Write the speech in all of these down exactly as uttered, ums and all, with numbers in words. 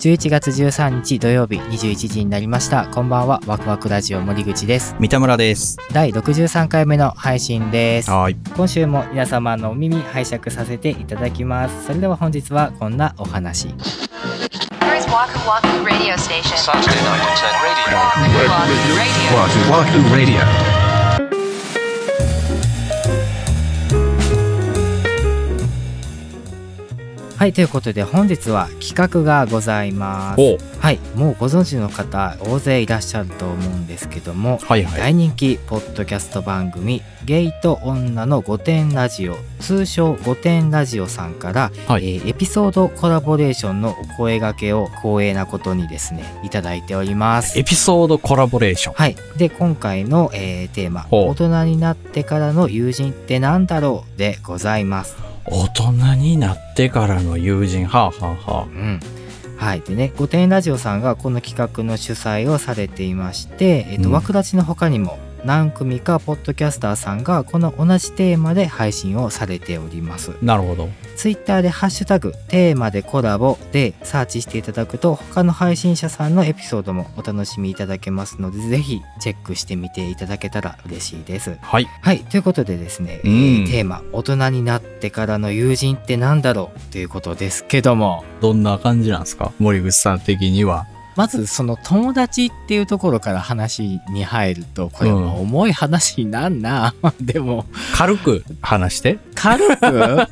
じゅういちがつじゅうさんにち土曜日にじゅういちじになりました。こんばんは。ワクワクラジオ森口です。 三田村です。 だいろくじゅうさんかいめの配信です。 はい。 今週も皆様のお耳拝借させていただきます。それでは本日はこんなお話。はい、ということで本日は企画がございます。はい、もうご存知の方大勢いらっしゃると思うんですけども、 はいはい、 大人気ポッドキャスト番組ゲイと女のごてんラジオ、通称ごてんラジオさんから、はい、えー、エピソードコラボレーションのお声掛けを光栄なことにですねいただいております。 エピソードコラボレーション、 はい。で今回の、えー、テーマ、大人になってからの友人ってなんだろうでございます。 大人になってからの友人、はあはあはあ、 うん、はい。でね、ごてんラジオさんがこの企画の主催をされていまして、えっと、わくらちの他にも何組かポッドキャスターさんがこの同じテーマで配信をされております。 なるほど。 ツイッターでハッシュタグテーマでコラボでサーチしていただくと他の配信者さんのエピソードもお楽しみいただけますので、ぜひチェックしてみていただけたら嬉しいです。 はい、 はい。ということでですね、えー、テーマ大人になってからの友人ってなんだろうということですけども、 どんな感じなんですか、森口さん的には。 まずその友達っていうところから話に入ると、これも重い話になんな、うん、でも軽く話して軽く難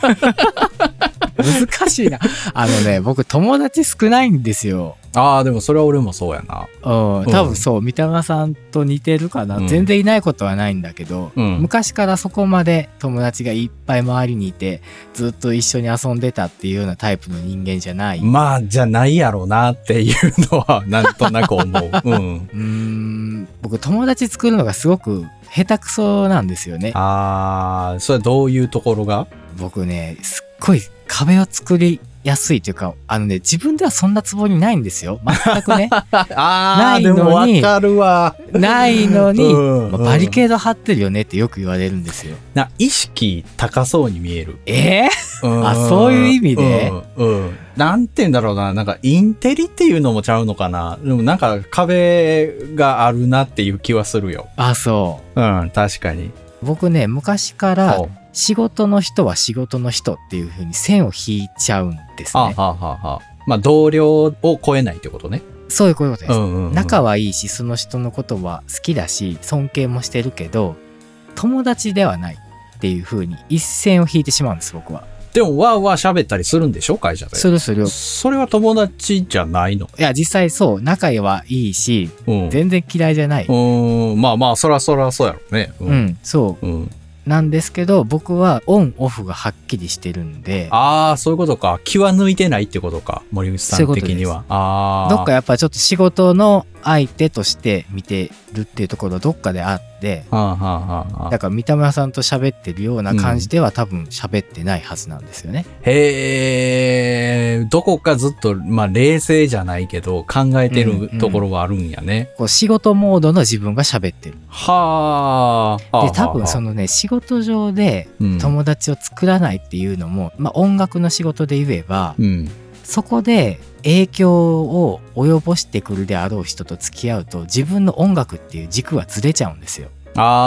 しいな。あのね、僕友達少ないんですよ。 ああ、でもそれは俺もそうやな。 うん、多分そう、三田村さんと似てるかな、うん、全然いないことはないんだけど、うん、昔からそこまで友達がいっぱい周りにいてずっと一緒に遊んでたっていうようなタイプの人間じゃない。 まあじゃないやろうなっていうのはなんとなく思う。うん、うーん、僕友達作るのがすごく下手くそなんですよね。 ああ、それはどういうところが？ 僕ね、すっごい壁を作り安いというか、あのね、自分ではそんなつもりないんですよ、全くね。 あー、でもわかるわ。 ないのに、 うんうん、 バリケード張ってるよねってよく言われるんですよ。 な、意識高そうに見える。 えー、あ、そういう意味で、 うんうん、なんて言うんだろうな、なんかインテリっていうのもちゃうのかな。でもなんか壁があるなっていう気はするよ。 あ、そう。 うん、確かに。 僕ね、昔から仕事の人は仕事の人っていう風に線を引いちゃうんですね。 はあはあはあ、まあ同僚を超えないってことね。 そういうことです、 うんうんうん、 仲はいいし、その人のことは好きだし尊敬もしてるけど友達ではないっていう風に一線を引いてしまうんです、僕は。 でもわーわー喋ったりするんでしょ、会社で。 するする。 それは友達じゃないの？ いや、実際そう、仲はいいし、うん、全然嫌いじゃない。 うん、まあまあそらそらそうやろね。うん、 うん、そう、うん、なんですけど、僕はオンオフがはっきりしてるんで。 ああ、そういうことか。気は抜いてないってことか、森口さん的には。ああ、 どっかやっぱちょっと仕事の相手として見てるっていうところはどっかであって、 はあはあはあ、 だから三田村さんと喋ってるような感じでは多分喋ってないはずなんですよね。 うん、へえ、どこかずっと、まあ冷静じゃないけど考えてるところはあるんやね。 うんうん、こう仕事モードの自分が喋ってる。 はあ。 で、多分そのね、仕事上で友達を作らないっていうのも、うん、まあ音楽の仕事で言えば、うん、そこで影響を及ぼしてくるであろう人と付き合うと自分の音楽っていう軸はずれちゃうんですよ。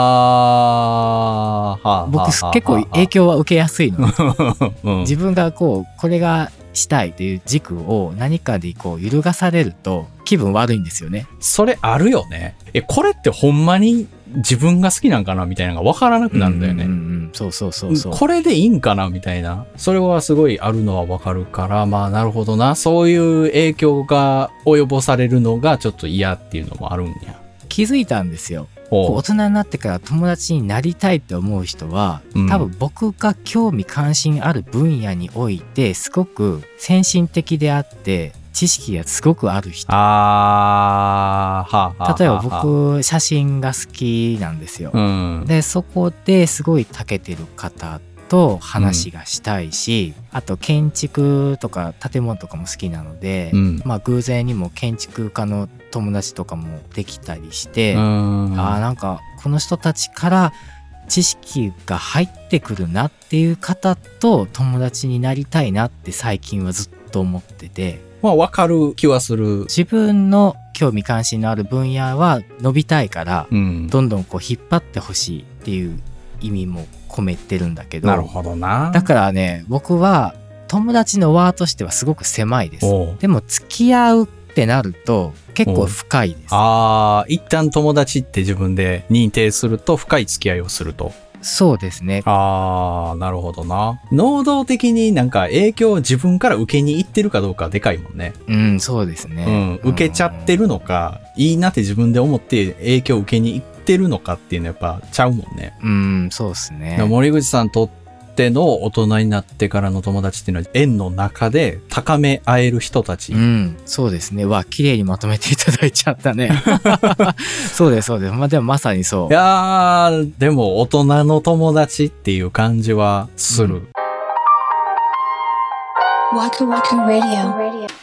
あー、はあ、 僕結構影響は受けやすいの、うん、自分がこうこれがしたいという軸を何かでこう揺るがされると気分悪いんですよね。 それあるよね。え、これってほんまに自分が好きなんかなみたいなのが分からなくなるんだよね。うんうんうん、 そうそうそうそう。 これでいいんかなみたいな。それはすごいあるのは分かるから、まあなるほどな。そういう影響が及ぼされるのがちょっと嫌っていうのもあるんや。 気づいたんですよ。大人になってから友達になりたいって思う人は、うん、多分僕が興味関心ある分野においてすごく先進的であって知識がすごくある人。 あー、はあはあ、 例えば僕写真が好きなんですよ、うん、でそこですごい長けてる方と話がしたいし、うん、あと建築とか建物とかも好きなので、うん、まあ偶然にも建築家の友達とかもできたりして、うん、あーなんかこの人たちから知識が入ってくるなっていう方と友達になりたいなって最近はずっと思ってて、 まあわかる気はする。 自分の興味関心のある分野は伸びたいから、うん、どんどんこう引っ張ってほしいっていう意味も込めてるんだけど。 なるほどな。 だからね、僕は友達の輪としてはすごく狭いです。でも付き合うってなると結構深いです。 ああ、一旦友達って自分で認定すると深い付き合いをすると。 そうですね。 ああ、なるほどな。能動的になんか影響を自分から受けに行ってるかどうかでかいもんね。 うん、そうですね。 うん、受けちゃってるのか、うん、いいなって自分で思って影響を受けに行ってるのかっていうのはやっぱちゃうもんね。 うん、そうですね。 森口さんとっての大人になってからの友達っていうのは縁の中で高め合える人たち。 うん、そうですね。わ、綺麗にまとめていただいちゃったね。そうですそうです。まあでもまさにそう。 いやー、でも大人の友達っていう感じはする。ワクワクラディオ。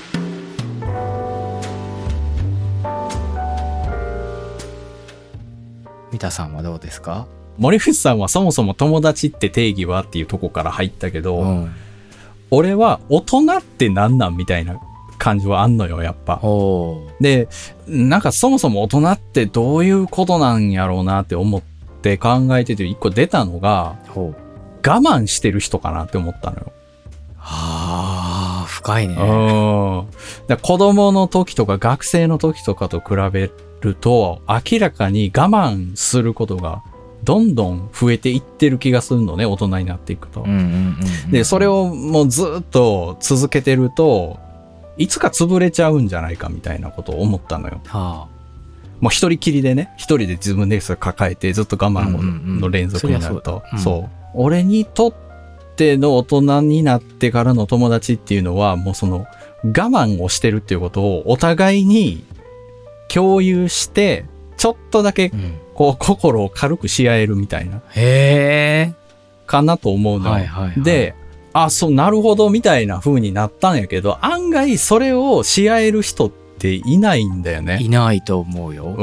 三田さんはどうですか？ 森口さんはそもそも友達って定義はっていうとこから入ったけど、うん、俺は大人って何なんみたいな感じはあんのよ、やっぱ。で、なんかそもそも大人ってどういうことなんやろうなって思って考えてて一個出たのが、我慢してる人かなって思ったのよ。 はあ、深いね。 うん。だ子供の時とか学生の時とかと比べると明らかに我慢することがどんどん増えていってる気がするのね、大人になっていくと。うんうんうんうん、で、それをもうずっと続けてると、いつか潰れちゃうんじゃないかみたいなことを思ったのよ。はあ、もう一人きりでね、一人で自分で抱えてずっと我慢の連続になると。そう。俺にとっての大人になってからの友達っていうのは、もうその我慢をしてるっていうことをお互いに共有して、ちょっとだけ、うんこう心を軽くし合えるみたいな。 へー。 かなと思うの。はいはいはい、で、あ、そう、なるほどみたいな風になったんやけど、案外それをし合える人っていないんだよね。 いないと思うよ。 うん。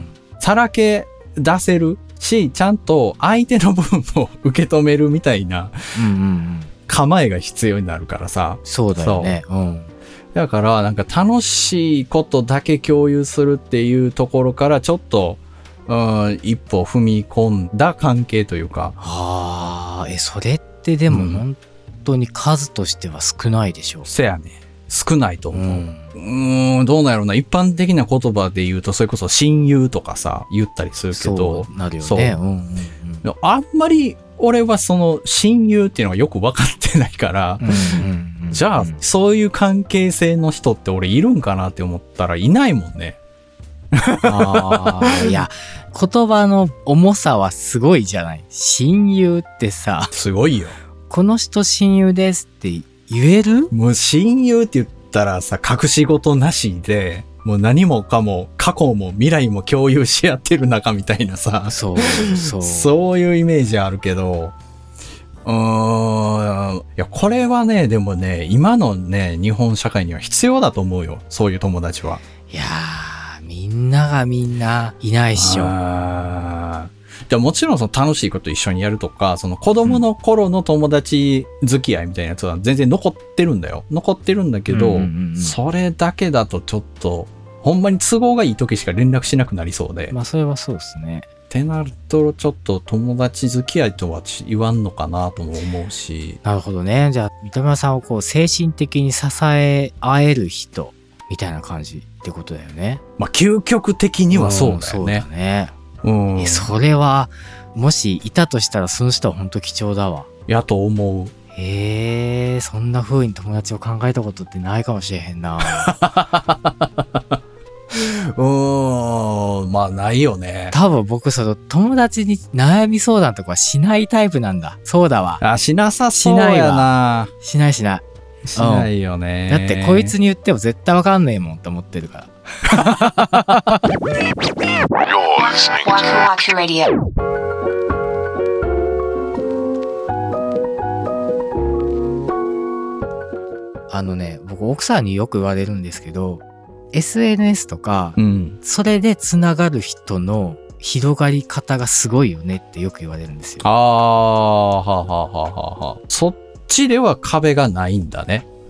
さらけ出せるし、ちゃんと相手の部分を受け止めるみたいな構えが必要になるからさ。 そうだよね。うん。 だからなんか楽しいことだけ共有するっていうところからちょっとうん、一歩踏み込んだ関係というか。 ああ、え、それってでも本当に数としては少ないでしょう。 うん、せやね。少ないと思う。うん、うーん、どうなんやろうな。一般的な言葉で言うと、それこそ親友とかさ、言ったりするけど。 そうなるよね。そう。うんうんうん、あんまり俺はその親友っていうのがよく分かってないから、うんうんうん、じゃあ、そういう関係性の人って俺いるんかなって思ったらいないもんね。 あいや言葉の重さはすごいじゃない。親友ってさ、 すごいよ。 この人親友ですって言える？ もう親友って言ったらさ、隠し事なしでもう何もかも過去も未来も共有し合ってる仲みたいなさ、 そうそうそういうイメージあるけど、うーん、いやこれはね、でもね、今のね日本社会には必要だと思うよ、そういう友達は。 いやー、みんながみんないないっしょ。 あでももちろんその楽しいこと一緒にやるとか、その子供の頃の友達付き合いみたいなやつは全然残ってるんだよ。残ってるんだけど、うんうんうん、それだけだとちょっとほんまに都合がいい時しか連絡しなくなりそうで。 まあそれはそうですね。 ってなるとちょっと友達付き合いとは言わんのかなとも思うし。 なるほどね。じゃあ三田村さんをこう精神的に支え合える人みたいな感じってことだよね。 まあ究極的にはそうだよね。うん、そうだね。うん。え、それはもしいたとしたらその人は本当貴重だわ。 やと思う。 へえ、そんな風に友達を考えたことってないかもしれへんな。 うーん、まあないよね。 多分僕その友達に悩み相談とかはしないタイプなんだ。そうだわ。 あ、しなさそうやな。 しないしない。 しないよね、 うん。だってこいつに言っても絶対わかんねえもんって思ってるから。あのね、僕奥さんによく言われるんですけど、エスエヌエス とか、うん、それでつながる人の広がり方がすごいよねってよく言われるんですよ。 ああ、ははははは。そっちでは壁がないんだね。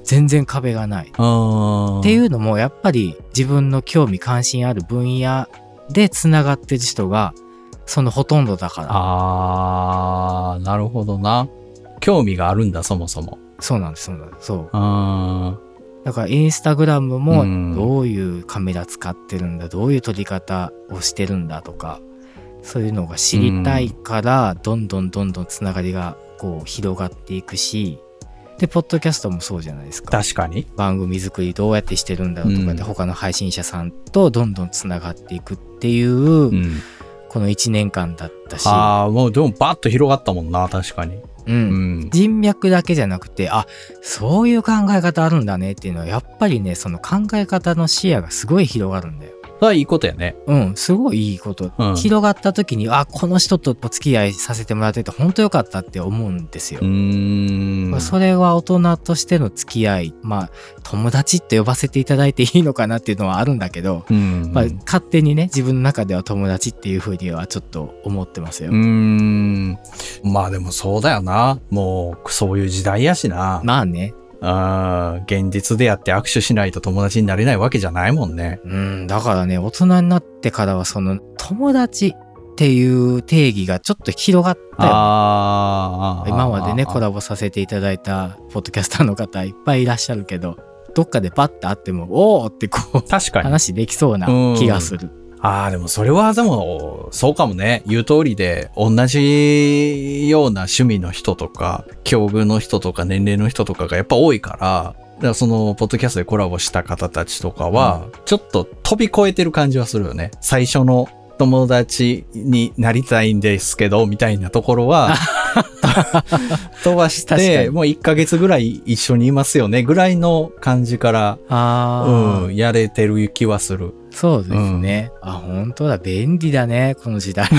全然壁がない。っていうのもやっぱり自分の興味関心ある分野でつながってる人がそのほとんどだから。 あー、なるほどな。興味があるんだ、そもそも。 そうなんです、そうなんです。そう。 あだからインスタグラムもどういうカメラ使ってるんだ、どういう撮り方をしてるんだとか、そういうのが知りたいから、どんどんどんどんつながりがこう広がっていくし、でポッドキャストもそうじゃないですか。 確かに。 番組作りどうやってしてるんだろうとかで、他の配信者さんとどんどんつながっていくっていう、うん、このいちねんかんだったし。 ああ、もうでもバッと広がったもんな、確かに。 うん、うん、人脈だけじゃなくて、あ、そういう考え方あるんだねっていうのはやっぱりね、その考え方の視野がすごい広がるんだよ。 それはいいことやね。 うん、すごいいいこと、うん、広がった時に、あ、この人とお付き合いさせてもらってて本当よかったって思うんですよ。うーん、それは大人としての付き合い、まあ友達って呼ばせていただいていいのかなっていうのはあるんだけど、うんまあ、勝手にね自分の中では友達っていうふうにはちょっと思ってますよ。うーん、まあでもそうだよな。もうそういう時代やしな。 まあね。 あ、現実でやって握手しないと友達になれないわけじゃないもんね。 うん、だからね、大人になってからはその友達っていう定義がちょっと広がったよ、ね。ああ、今までねコラボさせていただいたポッドキャスターの方いっぱいいらっしゃるけど、どっかでパッと会ってもおおってこう確かに話できそうな気がする。 ああ、でもそれはでもそうかもね。言う通りで、同じような趣味の人とか境遇の人とか年齢の人とかがやっぱ多いから、だからそのポッドキャストでコラボした方たちとかは、うん、ちょっと飛び越えてる感じはするよね。最初の友達になりたいんですけどみたいなところは飛ばしてもういっかげつぐらい一緒にいますよねぐらいの感じから、あ、うん、やれてる気はする。 そうですね、うん、あ、本当だ、便利だねこの時代。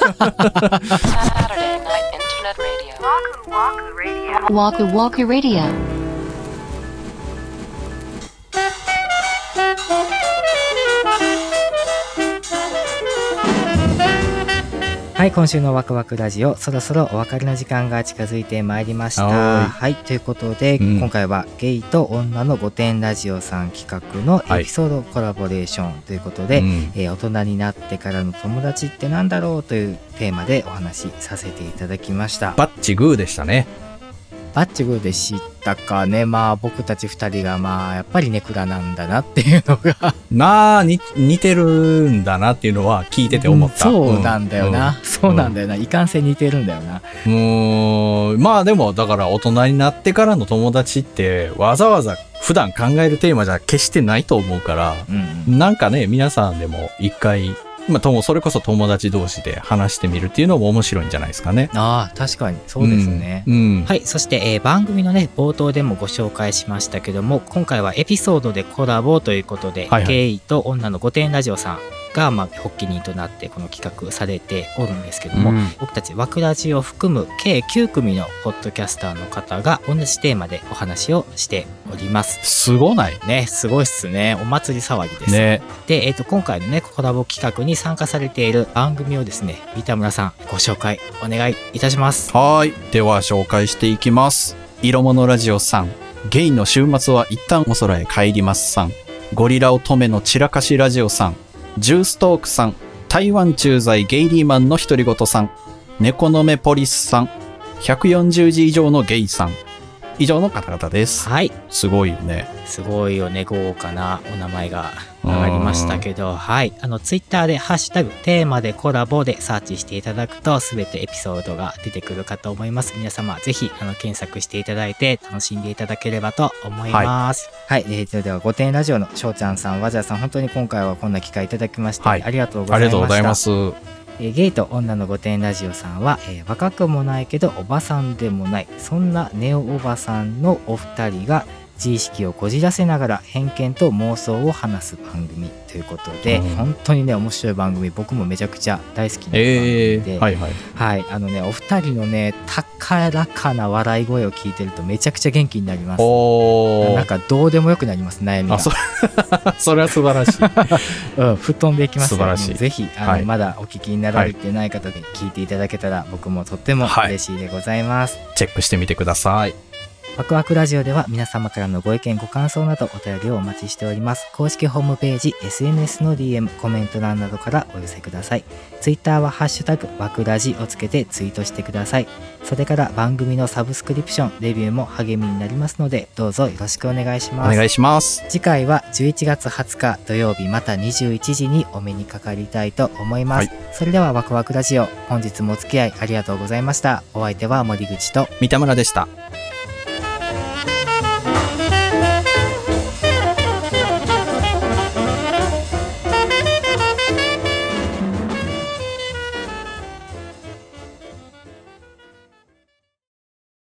Waku Waku Radio。 はい、今週のワクワクラジオ、そろそろお別れの時間が近づいてまいりました。はい、ということで、うん、今回はゲイと女の御殿ラジオさん企画のエピソードコラボレーションということで、はい、えー、大人になってからの友達ってなんだろうというテーマでお話しさせていただきました。 バッチグーでしたね。 バッチグーで知ったかね。まあ僕たちふたりがまあやっぱりネクラなんだなっていうのがまあに似てるんだなっていうのは聞いてて思った、 うん、そうなんだよな、うん、そうなんだよな、いかんせん似てるんだよな。 もうまあでもだから大人になってからの友達ってわざわざ普段考えるテーマじゃ決してないと思うから、うん、なんかね皆さんでも一回まあ、ともそれこそ友達同士で話してみるっていうのも面白いんじゃないですかね。 ああ、確かにそうですね、うんうん、はい。そして、えー、番組のね冒頭でもご紹介しましたけども、今回はエピソードでコラボということで、はいはい、ゲイと女の御殿ラジオさんが、まあ、発起人となってこの企画されておるんですけども、うん、僕たちワクラジを含む計きゅうくみのポッドキャスターの方が同じテーマでお話をしております。 すごないね、すごいっすね。お祭り騒ぎです、ね、で、えーと、今回のねコラボ企画に参加されている番組をですね、三田村さんご紹介お願いいたします。 はい、では紹介していきます。色物ラジオさん、ゲイの週末は一旦お空へ帰りますさん、ゴリラ乙女の散らかしラジオさん、ジューストークさん、台湾駐在ゲイリーマンの独り言さん、猫の目ポリスさん、ひゃくよんじゅうじ以上のゲイさん、以上の方々です。 はい、 すごいよね。 すごいよね、豪華なお名前が上がりましたけど、はい、あのツイッターでハッシュタグテーマでコラボでサーチしていただくとすべてエピソードが出てくるかと思います。皆様ぜひあの検索していただいて楽しんでいただければと思います。はい、はい、えー、それでは御殿ラジオのしょうちゃんさん、わじゃさん、本当に今回はこんな機会いただきまして、はい、ありがとうございました。 ありがとうございます。 えー、ゲイと女の御殿ラジオさんは、えー、若くもないけどおばさんでもない、そんなネオおばさんのお二人が自意識をこじらせながら偏見と妄想を話す番組ということで、うん、本当にね面白い番組、僕もめちゃくちゃ大好きな番組で、えー、はいはい、はい、あのねお二人のね高らかな笑い声を聞いてるとめちゃくちゃ元気になります。お、なんかどうでもよくなります、悩みが。あ、 そ, それは素晴らしい、 うん、吹っ飛んでいきます、ね、 素晴らしい。 ぜひあの、はい、まだお聞きになられてない方で聞いていただけたら僕もとっても嬉しいでございます、 はい、チェックしてみてください。 ワクワクラジオでは皆様からのご意見ご感想などお便りをお待ちしております。公式ホームページ エスエヌエス の ディーエム コメント欄などからお寄せください。ツイッターはハッシュタグワクラジをつけてツイートしてください。それから番組のサブスクリプションレビューも励みになりますのでどうぞよろしくお願いします。 お願いします。 次回はじゅういちがつはつか土曜日またにじゅういちじにお目にかかりたいと思います、はい、それではワクワクラジオ本日もお付き合いありがとうございました。お相手は森口と三田村でした。